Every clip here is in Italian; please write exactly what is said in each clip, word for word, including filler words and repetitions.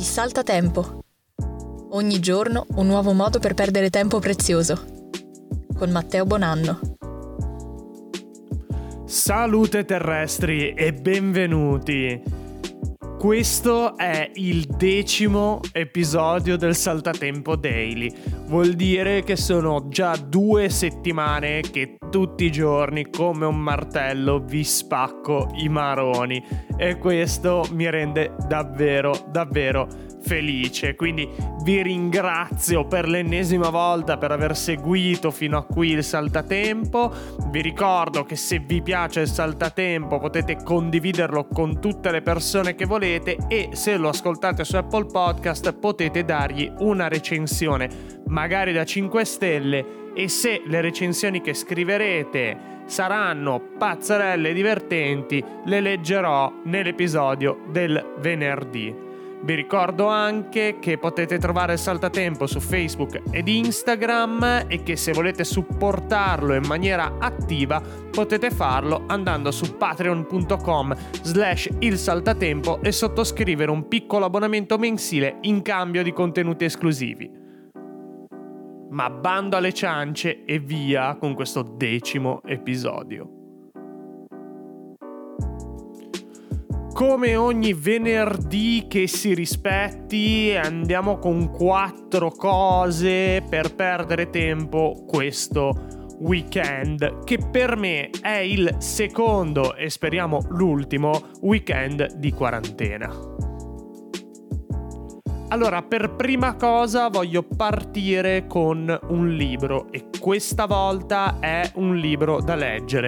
saltatempo. Ogni giorno un nuovo modo per perdere tempo prezioso. Con Matteo Bonanno. Salute terrestri e benvenuti. Questo è il decimo episodio del Saltatempo Daily. Vuol dire che sono già due settimane che tutti i giorni, come un martello, vi spacco i maroni. E questo mi rende davvero, davvero felice. Quindi vi ringrazio per l'ennesima volta per aver seguito fino a qui il Saltatempo. Vi ricordo che se vi piace il Saltatempo potete condividerlo con tutte le persone che volete, e se lo ascoltate su Apple Podcast potete dargli una recensione, magari da cinque stelle, e se le recensioni che scriverete saranno pazzarelle divertenti, le leggerò nell'episodio del venerdì. Vi ricordo anche che potete trovare il Saltatempo su Facebook ed Instagram, e che se volete supportarlo in maniera attiva potete farlo andando su patreon.com slash il saltatempo e sottoscrivere un piccolo abbonamento mensile in cambio di contenuti esclusivi. Ma bando alle ciance e via con questo decimo episodio. Come ogni venerdì che si rispetti, andiamo con quattro cose per perdere tempo questo weekend, che per me è il secondo e speriamo l'ultimo weekend di quarantena. Allora, per prima cosa voglio partire con un libro, e questa volta è un libro da leggere.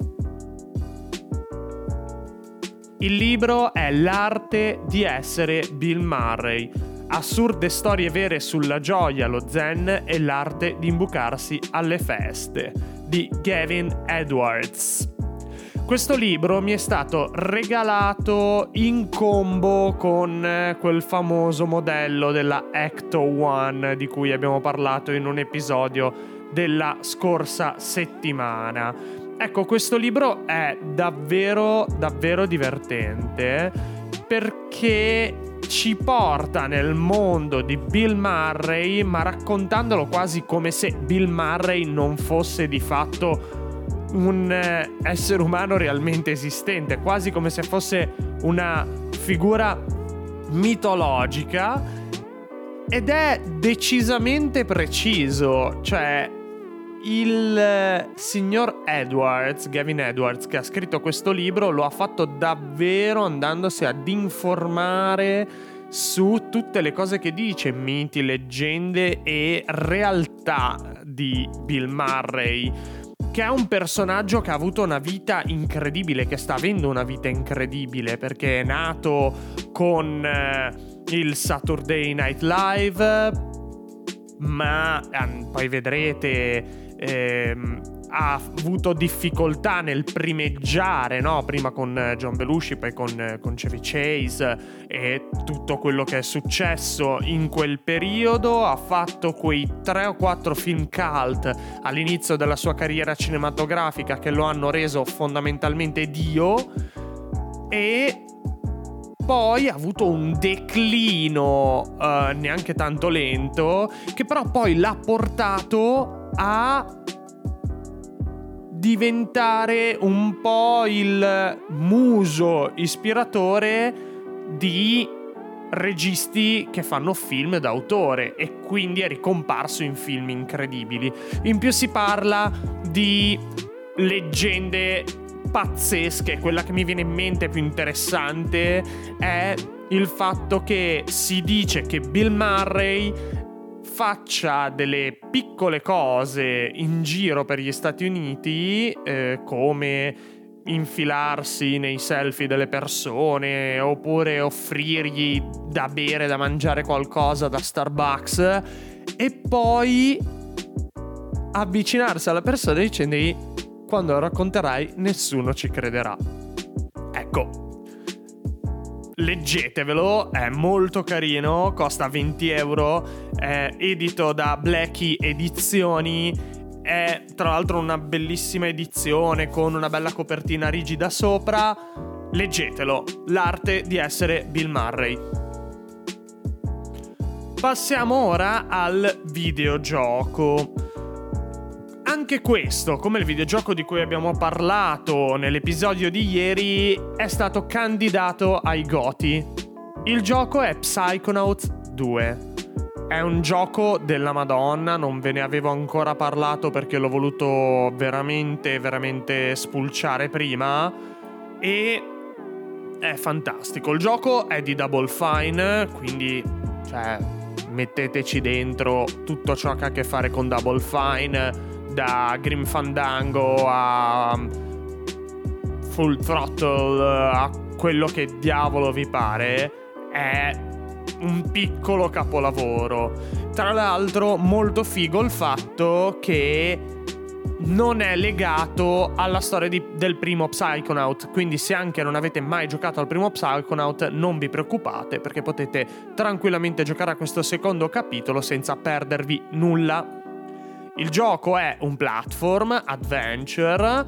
Il libro è L'arte di essere Bill Murray, assurde storie vere sulla gioia, lo zen e l'arte di imbucarsi alle feste, di Gavin Edwards. Questo libro mi è stato regalato in combo con quel famoso modello della Ecto One di cui abbiamo parlato in un episodio della scorsa settimana. Ecco, questo libro è davvero, davvero divertente perché ci porta nel mondo di Bill Murray, ma raccontandolo quasi come se Bill Murray non fosse di fatto un essere umano realmente esistente, quasi come se fosse una figura mitologica, ed è decisamente preciso. Cioè, il signor Edwards, Gavin Edwards, che ha scritto questo libro, lo ha fatto davvero andandosi ad informare su tutte le cose che dice, miti, leggende e realtà di Bill Murray, che è un personaggio che ha avuto una vita incredibile, che sta avendo una vita incredibile, perché è nato con eh, il Saturday Night Live, ma eh, poi vedrete ehm, ha avuto difficoltà nel primeggiare, no? Prima con John Belushi, poi con, con Chevy Chase, e tutto quello che è successo in quel periodo. Ha fatto quei tre o quattro film cult all'inizio della sua carriera cinematografica che lo hanno reso fondamentalmente Dio, e poi ha avuto un declino uh, neanche tanto lento, che però poi l'ha portato a diventare un po' il muso ispiratore di registi che fanno film d'autore, e quindi è ricomparso in film incredibili. In più si parla di leggende pazzesche. Quella che mi viene in mente più interessante è il fatto che si dice che Bill Murray faccia delle piccole cose in giro per gli Stati Uniti, eh, come infilarsi nei selfie delle persone, oppure offrirgli da bere, da mangiare qualcosa da Starbucks, e poi avvicinarsi alla persona dicendogli: quando lo racconterai nessuno ci crederà. Ecco, leggetevelo, è molto carino, costa venti euro, è edito da Blackie Edizioni, è tra l'altro una bellissima edizione con una bella copertina rigida sopra. Leggetelo, L'arte di essere Bill Murray. Passiamo ora al videogioco. Anche questo, come il videogioco di cui abbiamo parlato nell'episodio di ieri, è stato candidato ai GOTY. Il gioco è Psychonauts due. È un gioco della Madonna, non ve ne avevo ancora parlato perché l'ho voluto veramente, veramente spulciare prima, e è fantastico. Il gioco è di Double Fine, quindi, cioè, metteteci dentro tutto ciò che ha a che fare con Double Fine, da Grim Fandango a Full Throttle, a quello che diavolo vi pare. È un piccolo capolavoro. Tra l'altro molto figo il fatto che non è legato alla storia di, del primo Psychonaut, quindi se anche non avete mai giocato al primo Psychonaut non vi preoccupate, perché potete tranquillamente giocare a questo secondo capitolo senza perdervi nulla. Il gioco è un platform adventure.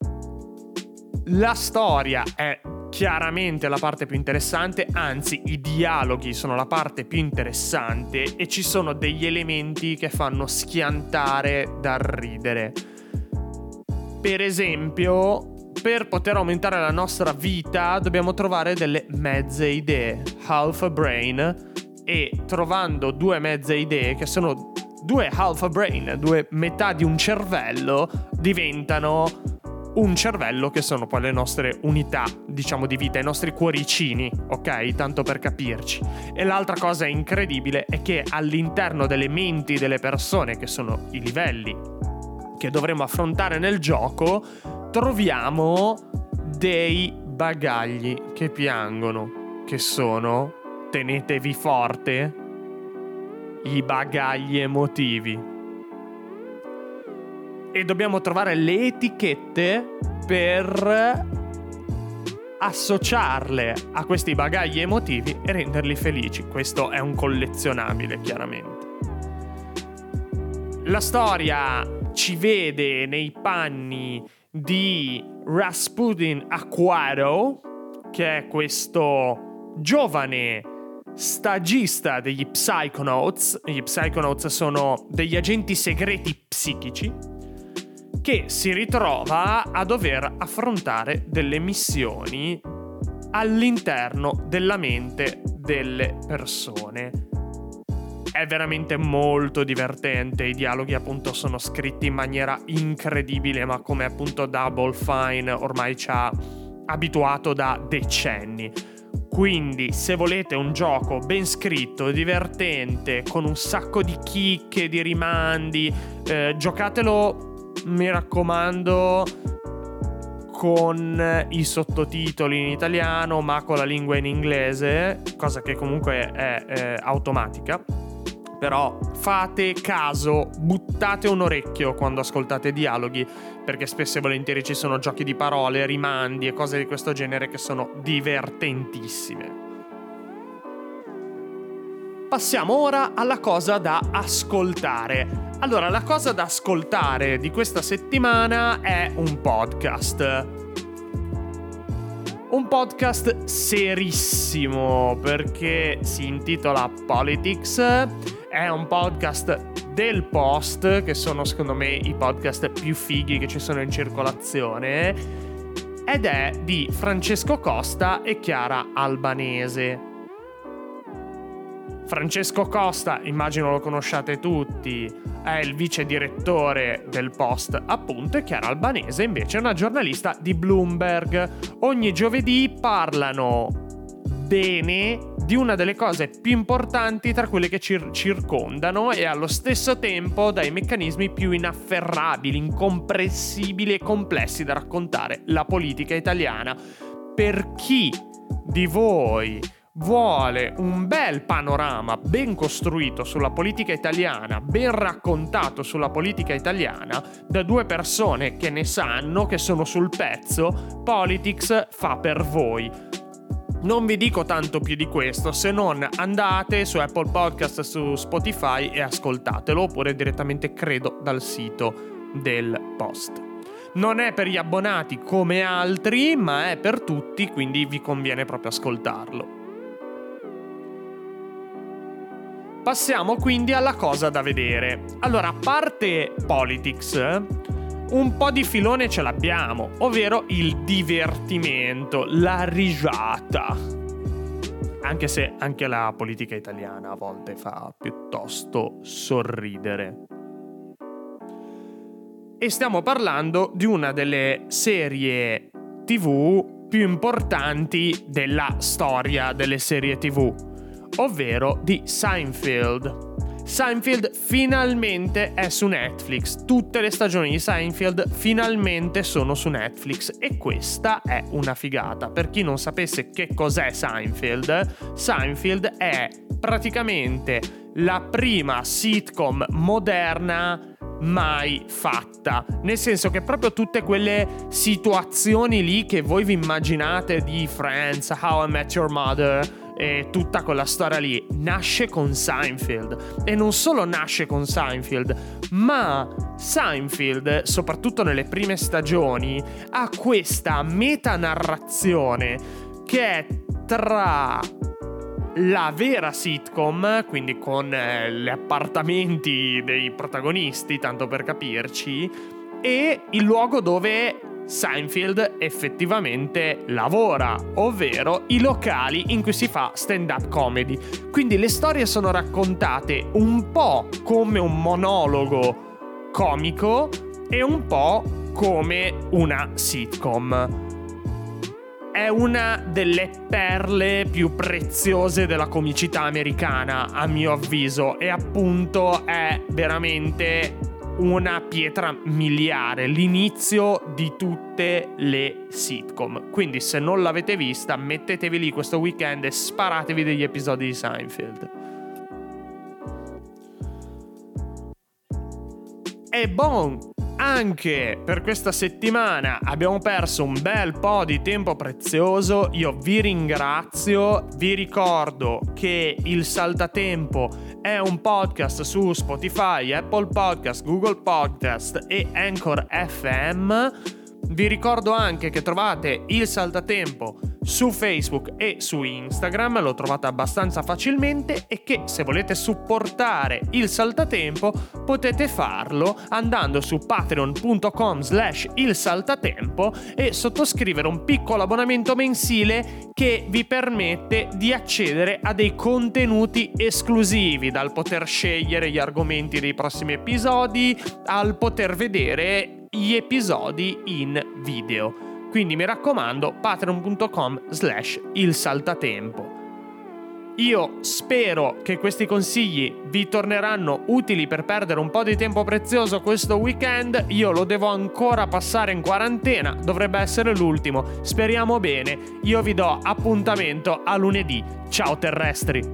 La storia è chiaramente la parte più interessante, anzi i dialoghi sono la parte più interessante e ci sono degli elementi che fanno schiantare dal ridere. Per esempio, per poter aumentare la nostra vita dobbiamo trovare delle mezze idee, half a brain, e trovando due mezze idee, che sono due half a brain, due metà di un cervello, diventano un cervello, che sono poi le nostre unità, diciamo, di vita, i nostri cuoricini, ok? Tanto per capirci. E l'altra cosa incredibile è che all'interno delle menti delle persone, che sono i livelli che dovremo affrontare nel gioco, troviamo dei bagagli che piangono, che sono, tenetevi forte, i bagagli emotivi. E dobbiamo trovare le etichette per associarle a questi bagagli emotivi e renderli felici. Questo è un collezionabile, chiaramente. La storia ci vede nei panni di Rasputin Aquaro, che è questo giovane stagista degli Psychonauts. Gli Psychonauts sono degli agenti segreti psichici che si ritrova a dover affrontare delle missioni all'interno della mente delle persone. È veramente molto divertente, i dialoghi appunto sono scritti in maniera incredibile, ma come appunto Double Fine ormai ci ha abituato da decenni. Quindi se volete un gioco ben scritto, divertente, con un sacco di chicche, di rimandi, eh, giocatelo, mi raccomando, con i sottotitoli in italiano ma con la lingua in inglese, cosa che comunque è, è automatica. Però fate caso, buttate un orecchio quando ascoltate dialoghi, perché spesso e volentieri ci sono giochi di parole, rimandi e cose di questo genere che sono divertentissime. Passiamo ora alla cosa da ascoltare. Allora, la cosa da ascoltare di questa settimana è un podcast. Un podcast serissimo, perché si intitola Politics. È un podcast del Post, che sono secondo me i podcast più fighi che ci sono in circolazione, ed è di Francesco Costa e Chiara Albanese. Francesco Costa, immagino lo conosciate tutti, è il vice direttore del Post, appunto, e Chiara Albanese invece è una giornalista di Bloomberg. Ogni giovedì parlano bene di una delle cose più importanti tra quelle che ci circondano e allo stesso tempo dai meccanismi più inafferrabili, incomprensibili e complessi da raccontare, la politica italiana. Per chi di voi vuole un bel panorama ben costruito sulla politica italiana, ben raccontato sulla politica italiana, da due persone che ne sanno, che sono sul pezzo, Politics fa per voi. Non vi dico tanto più di questo, se non andate su Apple Podcast, su Spotify e ascoltatelo, oppure direttamente, credo, dal sito del Post. Non è per gli abbonati come altri, ma è per tutti, quindi vi conviene proprio ascoltarlo. passiamo quindi alla cosa da vedere. Allora, a parte Politics, un po' di filone ce l'abbiamo, ovvero il divertimento, la risata. Anche se anche la politica italiana a volte fa piuttosto sorridere. E stiamo parlando di una delle serie tivù più importanti della storia delle serie tivù, ovvero di Seinfeld. Seinfeld finalmente è su Netflix. Tutte le stagioni di Seinfeld finalmente sono su Netflix e questa è una figata. Per chi non sapesse che cos'è Seinfeld, Seinfeld è praticamente la prima sitcom moderna mai fatta, nel senso che proprio tutte quelle situazioni lì che voi vi immaginate di Friends, How I Met Your Mother e tutta quella storia lì nasce con Seinfeld. E non solo nasce con Seinfeld, ma Seinfeld, soprattutto nelle prime stagioni, ha questa metanarrazione che è tra la vera sitcom, quindi con eh, gli appartamenti dei protagonisti, tanto per capirci, e il luogo dove Seinfeld effettivamente lavora, ovvero i locali in cui si fa stand-up comedy. Quindi le storie sono raccontate un po' come un monologo comico e un po' come una sitcom. È una delle perle più preziose della comicità americana, a mio avviso, e appunto è veramente una pietra miliare, l'inizio di tutte le sitcom. Quindi se non l'avete vista, mettetevi lì questo weekend e sparatevi degli episodi di Seinfeld. E bon, anche per questa settimana abbiamo perso un bel po' di tempo prezioso. Io vi ringrazio, vi ricordo che il Saltatempo è un podcast su Spotify, Apple Podcast, Google Podcast e Anchor F M. Vi ricordo anche che trovate il Saltatempo su Facebook e su Instagram, lo trovate abbastanza facilmente, e che se volete supportare il Saltatempo potete farlo andando su patreon.com slash il Saltatempo e sottoscrivere un piccolo abbonamento mensile che vi permette di accedere a dei contenuti esclusivi, dal poter scegliere gli argomenti dei prossimi episodi al poter vedere gli episodi in video. Quindi mi raccomando, patreon.com slash il Saltatempo. Io spero che questi consigli vi torneranno utili per perdere un po' di tempo prezioso questo weekend. Io lo devo ancora passare in quarantena, dovrebbe essere l'ultimo, speriamo bene. Io vi do appuntamento a lunedì. Ciao terrestri!